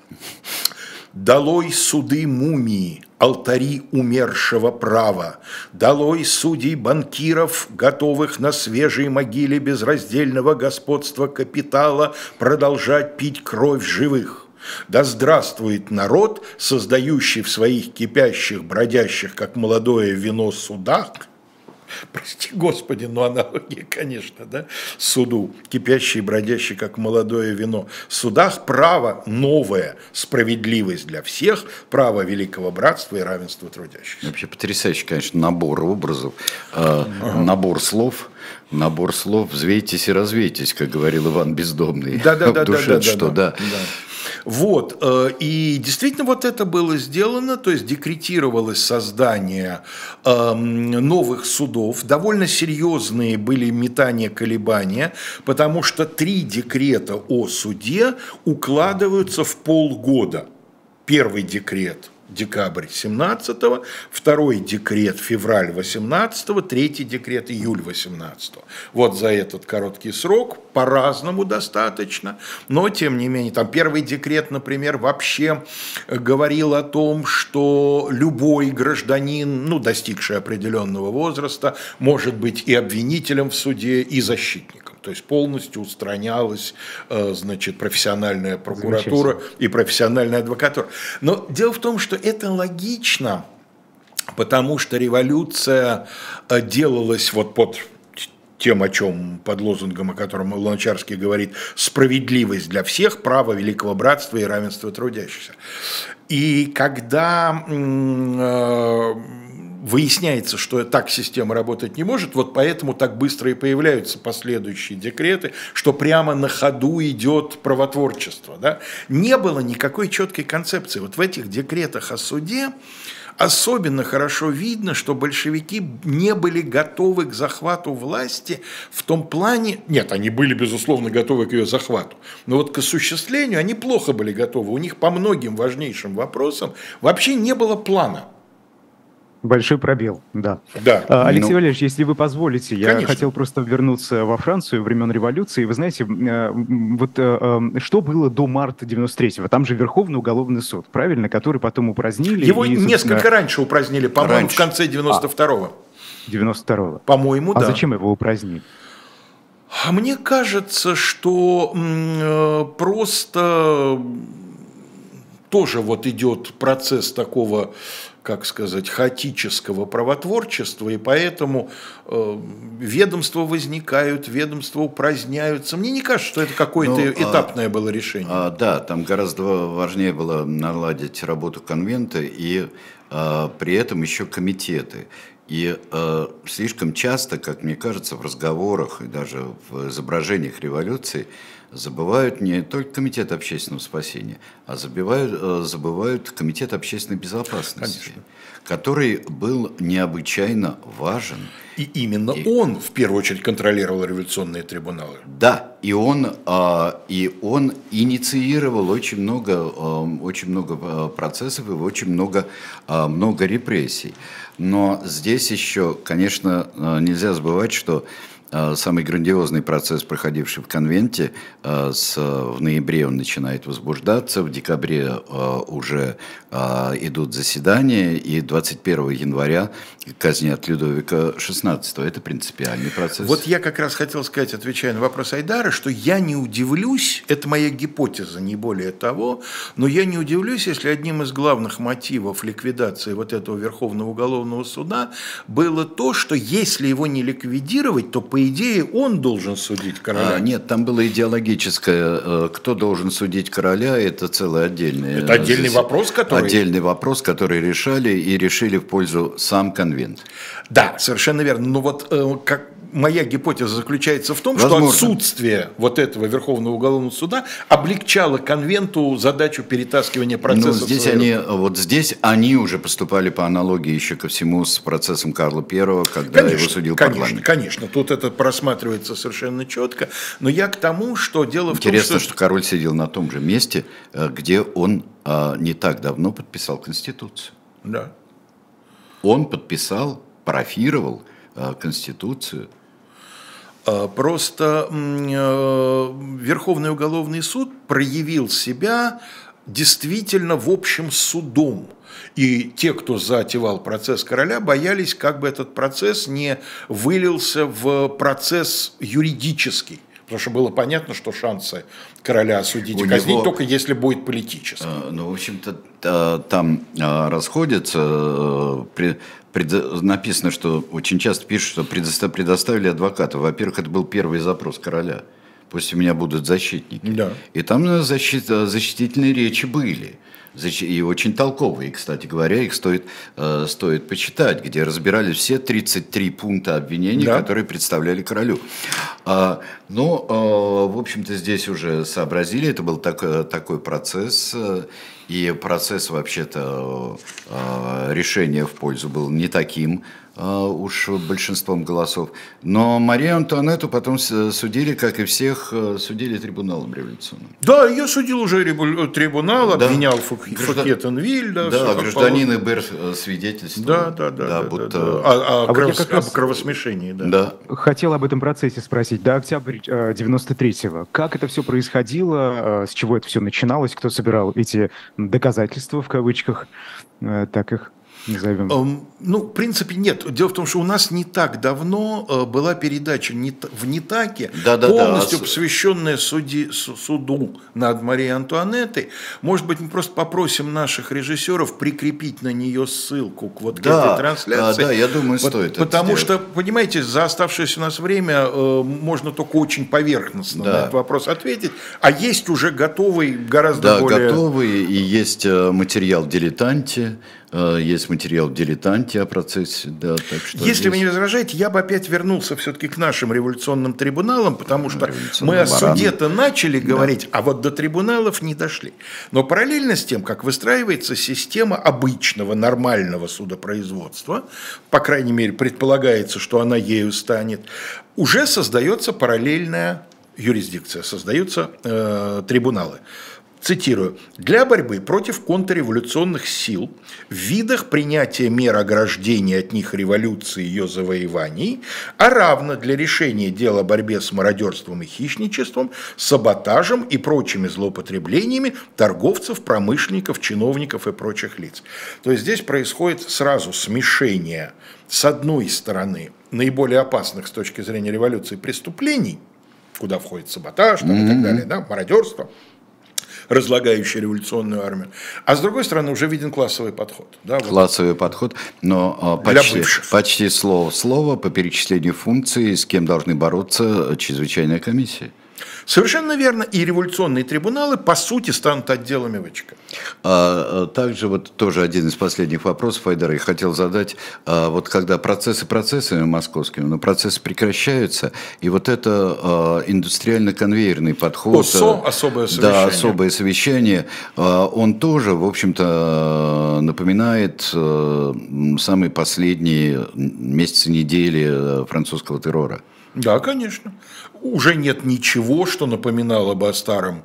«Долой суды мумии, алтари умершего права, долой судей банкиров, готовых на свежей могиле безраздельного господства капитала продолжать пить кровь живых. Да здравствует народ, создающий в своих кипящих, бродящих, как молодое вино, судах». Прости, Господи, но аналогия, конечно, да, суду, кипящий, бродящий, как молодое вино. В судах право новое, справедливость для всех, право великого братства и равенства трудящихся. Вообще потрясающий, конечно, набор образов, э, ага. набор слов. Набор слов «взвейтесь и развейтесь», как говорил Иван Бездомный. Да, да, да, в душе, да, да, что, да, да. да. Вот, и действительно вот это было сделано, то есть декретировалось создание новых судов, довольно серьезные были метания, колебания, потому что три декрета о суде укладываются в полгода. Первый декрет – декабрь семнадцатого, второй декрет февраль восемнадцатого, третий декрет июль восемнадцатого. Вот за этот короткий срок, по-разному достаточно, но тем не менее, там первый декрет, например, вообще говорил о том, что любой гражданин, ну, достигший определенного возраста, может быть и обвинителем в суде, и защитником. То есть полностью устранялась, значит, профессиональная прокуратура и профессиональная адвокатура. Но дело в том, что это логично, потому что революция делалась вот под тем, о чем, под лозунгом, о котором Луначарский говорит, справедливость для всех, право великого братства и равенства трудящихся. И когда выясняется, что так система работать не может, вот поэтому так быстро и появляются последующие декреты, что прямо на ходу идет правотворчество. Да? Не было никакой четкой концепции. Вот в этих декретах о суде особенно хорошо видно, что большевики не были готовы к захвату власти в том плане, нет, они были, безусловно, готовы к ее захвату, но вот к осуществлению они плохо были готовы. У них по многим важнейшим вопросам вообще не было плана. Большой пробел, да. Да. А, Алексей Ну, Валерьевич, если вы позволите, я Конечно. хотел просто вернуться во Францию времен революции. Вы знаете, э, вот э, э, что было до марта девяносто третьего? Там же Верховный уголовный суд, правильно, который потом упразднили. Его и, несколько раньше упразднили, по-моему, Раньше. в конце девяносто второго. девяносто второго. По-моему, А да. зачем его упразднили? А мне кажется, что м, э, просто тоже вот идет процесс такого, как сказать, хаотического правотворчества, и поэтому э, ведомства возникают, ведомства упраздняются. Мне не кажется, что это какое-то Ну, этапное было решение. А, да, там гораздо важнее было наладить работу конвента и а, при этом еще комитеты. И э, слишком часто, как мне кажется, в разговорах и даже в изображениях революции забывают не только Комитет общественного спасения, а забывают, э, забывают Комитет общественной безопасности, Конечно. который был необычайно важен. И именно И- он, в первую очередь, контролировал революционные трибуналы. Да, и он, а, и он инициировал очень много, а, очень много а, процессов и очень много, а, много репрессий. Но здесь еще, конечно, а, нельзя забывать, что а, самый грандиозный процесс, проходивший в конвенте, а, с, в ноябре он начинает возбуждаться, в декабре а, уже а, идут заседания, и двадцать первого января казнят Людовика шестнадцатого. Это принципиальный процесс. Вот я как раз хотел сказать, отвечая на вопрос Айдара, что я не удивлюсь, это моя гипотеза, не более того, но я не удивлюсь, если одним из главных мотивов ликвидации вот этого Верховного уголовного суда было то, что если его не ликвидировать, то по идее он должен судить короля. А, нет, там было идеологическое, э, кто должен судить короля, это целый отдельный... Это отдельный здесь вопрос, который... Отдельный вопрос, который решали и решили в пользу сам конвент. Да, совершенно верно. Но вот э, как моя гипотеза заключается в том, Возможно. что отсутствие вот этого Верховного уголовного суда облегчало конвенту задачу перетаскивания процесса. Ну, здесь они, вот здесь они уже поступали по аналогии еще ко всему с процессом Карла Первого, когда Конечно, его судил конечно, парламент. конечно, тут это просматривается совершенно четко. Но я к тому, что дело Интересно, в том, что... что король сидел на том же месте, э, где он э, не так давно подписал Конституцию. Да. Он подписал, парафировал э, Конституцию. А, Просто м, э, Верховный уголовный суд проявил себя действительно в общем судом. И те, кто затевал процесс короля, боялись, как бы этот процесс не вылился в процесс юридический. Потому что было понятно, что шансы короля осудить У и казнить него- только если будет политический. Э, Ну, в общем-то, та- там э, расходятся. э, при- пред- Написано, что очень часто пишут, что предоста- предоставили адвоката. Во-первых, это был первый запрос короля. Пусть у меня будут защитники. Да. И там э, защит- э, защитительные речи были. Защи- И очень толковые, кстати говоря, их стоит, э, стоит почитать, где разбирались все тридцать три пункта обвинений, Да. которые представляли королю. А, но, э, в общем-то, здесь уже сообразили, это был так- такой процесс, э, и процесс, вообще-то, э, решения в пользу был не таким, э, уж большинством голосов. Но Марию Антуанетту потом с- судили, как и всех, э, судили трибуналом революционным. Да, ее судил уже револю- трибунал, Да. обвинял Фук- Граждан- Фукетенвиль. Да, Да, всё как гражданин положено. Эбер э, свидетельствовал. Да, да, да. да, будто... да, да. А, а А вот я кровос- как раз- об кровосмешении, да. Да. Хотел об этом процессе спросить. До октября э, девяносто третьего. Как это все происходило? э, С чего это все начиналось? Кто собирал эти доказательства, в кавычках? э, Так их назовем. Эм, Ну, в принципе, нет. Дело в том, что у нас не так давно э, была передача «Нет- в Нитаке, Да-да-да. полностью Ос- посвященная суди- су- суду над Марией Антуанеттой. Может быть, мы просто попросим наших режиссеров прикрепить на нее ссылку к вот к Да, этой трансляции. а, да, я думаю, Пот- стоит это Потому сделать. что, понимаете, за оставшееся у нас время э, можно только очень поверхностно Да. на этот вопрос ответить. А есть уже готовый, гораздо Да, более... готовые, и есть э, материал в «Дилетанте», э, есть материал в «Дилетанте» о процессе, да, так что Если здесь- вы не возражаете, я бы опять вернулся все-таки к нашим революционным трибуналам, потому что Революционным мы о баранам. суде-то начали говорить, а вот до трибуналов не дошли. Но параллельно с тем, как выстраивается система обычного, нормального судопроизводства, по крайней мере, предполагается, что она ею станет, уже создается параллельная юрисдикция, создаются э, трибуналы. цитирую, «для борьбы против контрреволюционных сил в видах принятия мер ограждения от них революции и ее завоеваний, а равно для решения дел о борьбе с мародерством и хищничеством, саботажем и прочими злоупотреблениями торговцев, промышленников, чиновников и прочих лиц». То есть здесь происходит сразу смешение, с одной стороны, наиболее опасных с точки зрения революции преступлений, куда входит саботаж там, mm-hmm. и так далее, да, мародерство, разлагающая революционную армию. А с другой стороны, уже виден классовый подход. Да, классовый вот. подход, но почти, почти слово в слово по перечислению функций, с кем должны бороться чрезвычайная комиссия. Совершенно верно. И революционные трибуналы, по сути, станут отделами ВЧК. А, также вот тоже один из последних вопросов, Айдар, я хотел задать. А, вот когда процессы процессами московскими, но процессы прекращаются, и вот это а, индустриально-конвейерный подход. ОСО, особое совещание. Да, особое совещание. А, он тоже, в общем-то, напоминает а, самые последние месяцы, недели французского террора. Да, конечно. Уже нет ничего, что напоминало бы о старом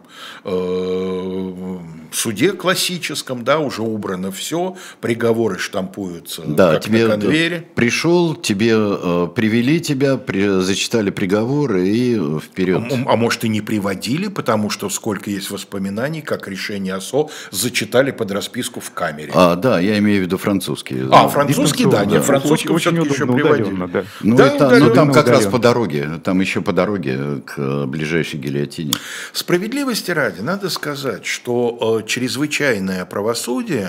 э, суде классическом, да, уже убрано все, приговоры штампуются да, как тебе на конвейере. Пришел, тебе э, привели тебя, при, зачитали приговоры и вперед. А, а может и не приводили, потому что сколько есть воспоминаний, как решение ОСО зачитали под расписку в камере. А, да, я имею в виду французские. А, французский, да, нет, французский очень все-таки еще приводили. Да. Ну, да, это, ну там как удаленно. раз по дороге, там еще по дороге к ближайшей гильотине. Справедливости ради, надо сказать, что э, чрезвычайное правосудие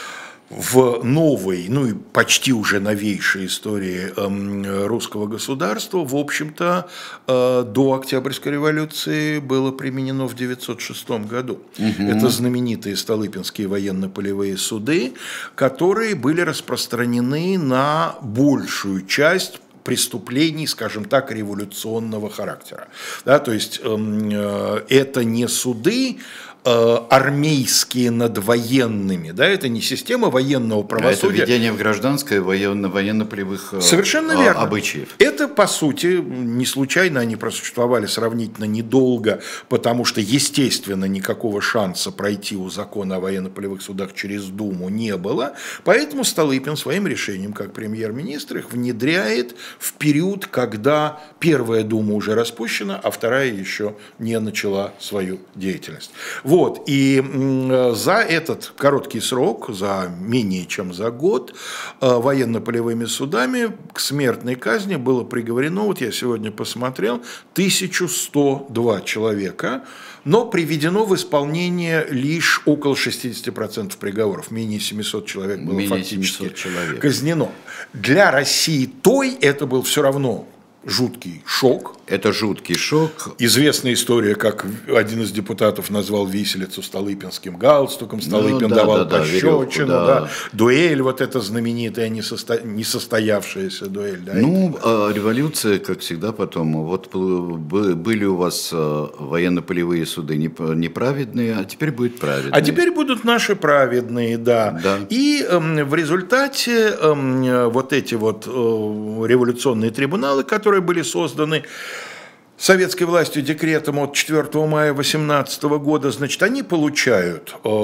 в новой, ну и почти уже новейшей истории э, русского государства, в общем-то, э, до Октябрьской революции было применено в девятьсот шестом году. Угу. Это знаменитые Столыпинские военно-полевые суды, которые были распространены на большую часть преступлений, скажем так, революционного характера. Да, то есть э, это не суды э, армейские над военными, да, это не система военного правосудия. Это введение в гражданское военно- военно-полевых Совершенно э, верно. обычаев. Это, по сути, не случайно они просуществовали сравнительно недолго, потому что, естественно, никакого шанса пройти у закона о военно-полевых судах через Думу не было, поэтому Столыпин своим решением, как премьер-министр, их внедряет в период, когда первая Дума уже распущена, а вторая еще не начала свою деятельность. Вот. И за этот короткий срок, за менее чем за год, военно-полевыми судами к смертной казни было приговорено, вот я сегодня посмотрел, тысяча сто два человека, но приведено в исполнение лишь около шестьдесят процентов приговоров. Менее семисот человек было менее фактически человек. казнено. Для России той это был все равно жуткий шок. Это жуткий шок. Известная история, как один из депутатов назвал виселицу столыпинским галстуком, Столыпин ну, да, давал да, пощечину, да, да. да. Дуэль вот эта знаменитая, несосто... несостоявшаяся дуэль. Да, ну, а революция, как всегда, потом, вот были у вас военно-полевые суды неправедные, а теперь будет праведные. А теперь будут наши праведные, да. да. И э, в результате э, вот эти вот э, революционные трибуналы, которые были созданы советской властью декретом от четвёртого мая две тысячи восемнадцатого года, значит, они получают э,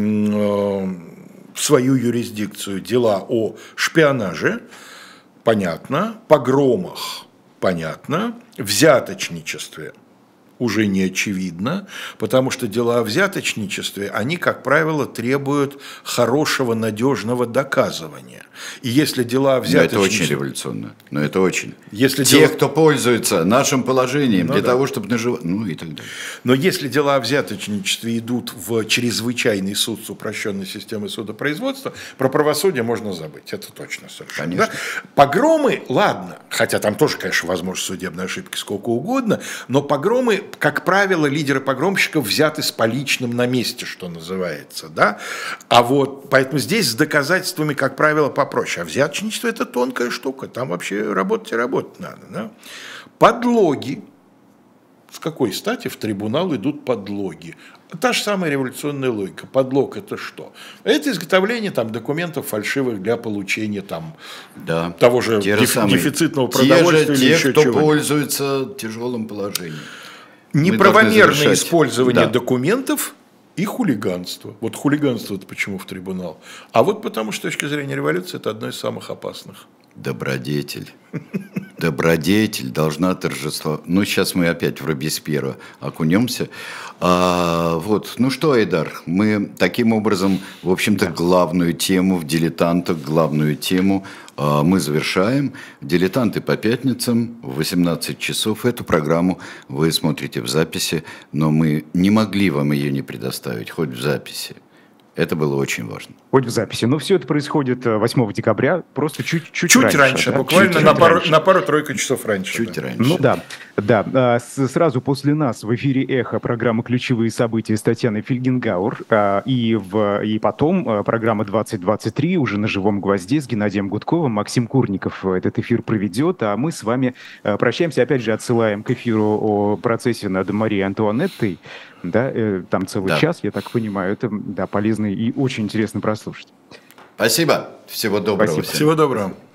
э, в свою юрисдикцию дела о шпионаже, понятно, погромах, понятно, взяточничестве, уже не очевидно, потому что дела о взяточничестве, они, как правило, требуют хорошего, надежного доказывания. И если дела о взяточничестве... Но это очень революционно. Но это очень. Если Те, дела... кто пользуется нашим положением ну, для да. того, чтобы наживать... Ну и так далее. Но если дела о взяточничестве идут в чрезвычайный суд с упрощенной системой судопроизводства, про правосудие можно забыть. Это точно совершенно. Да? Погромы, ладно, хотя там тоже, конечно, возможно судебные ошибки сколько угодно, но погромы, как правило, лидеры погромщиков взяты с поличным на месте, что называется. Да? А вот поэтому здесь с доказательствами, как правило, попроще. А взяточничество – это тонкая штука. Там вообще работать и работать надо. Да? Подлоги. С какой стати в трибунал идут подлоги? Та же самая революционная логика. Подлог – это что? Это изготовление там, документов фальшивых для получения там, да. того же деф, самые, дефицитного продовольствия. Те же, или те, еще кто чего-нибудь. Пользуется тяжелым положением. Неправомерное использование да. документов и хулиганство. Вот хулиганство-то почему в трибунал? А вот потому, что с точки зрения революции это одно из самых опасных. Добродетель. Добродетель должна торжествовать. Ну, сейчас мы опять в Робеспьера окунемся. А, вот, ну что, Айдар, мы таким образом, в общем-то, главную тему в «Дилетантах», главную тему а, мы завершаем. «Дилетанты» по пятницам в восемнадцать часов. Эту программу вы смотрите в записи, но мы не могли вам ее не предоставить, хоть в записи. Это было очень важно. Хоть в записи. Но все это происходит восьмого декабря, просто чуть-чуть Чуть раньше. раньше, да? буквально чуть на, пару, раньше. на пару-тройку часов раньше. Чуть да. раньше. Ну да, да. Сразу после нас в эфире «Эхо» программа «Ключевые события» с Татьяной Фельгенгауэр. И, в, и потом программа двадцать двадцать три уже на «Живом гвозде» с Геннадием Гудковым. Максим Курников этот эфир проведет. А мы с вами прощаемся. Опять же, отсылаем к эфиру о процессе над Марией Антуанеттой. Да, там целый да. час, я так понимаю. Это да, полезно и очень интересно прослушать. Спасибо. Всего доброго. Спасибо. Всем. Всего доброго.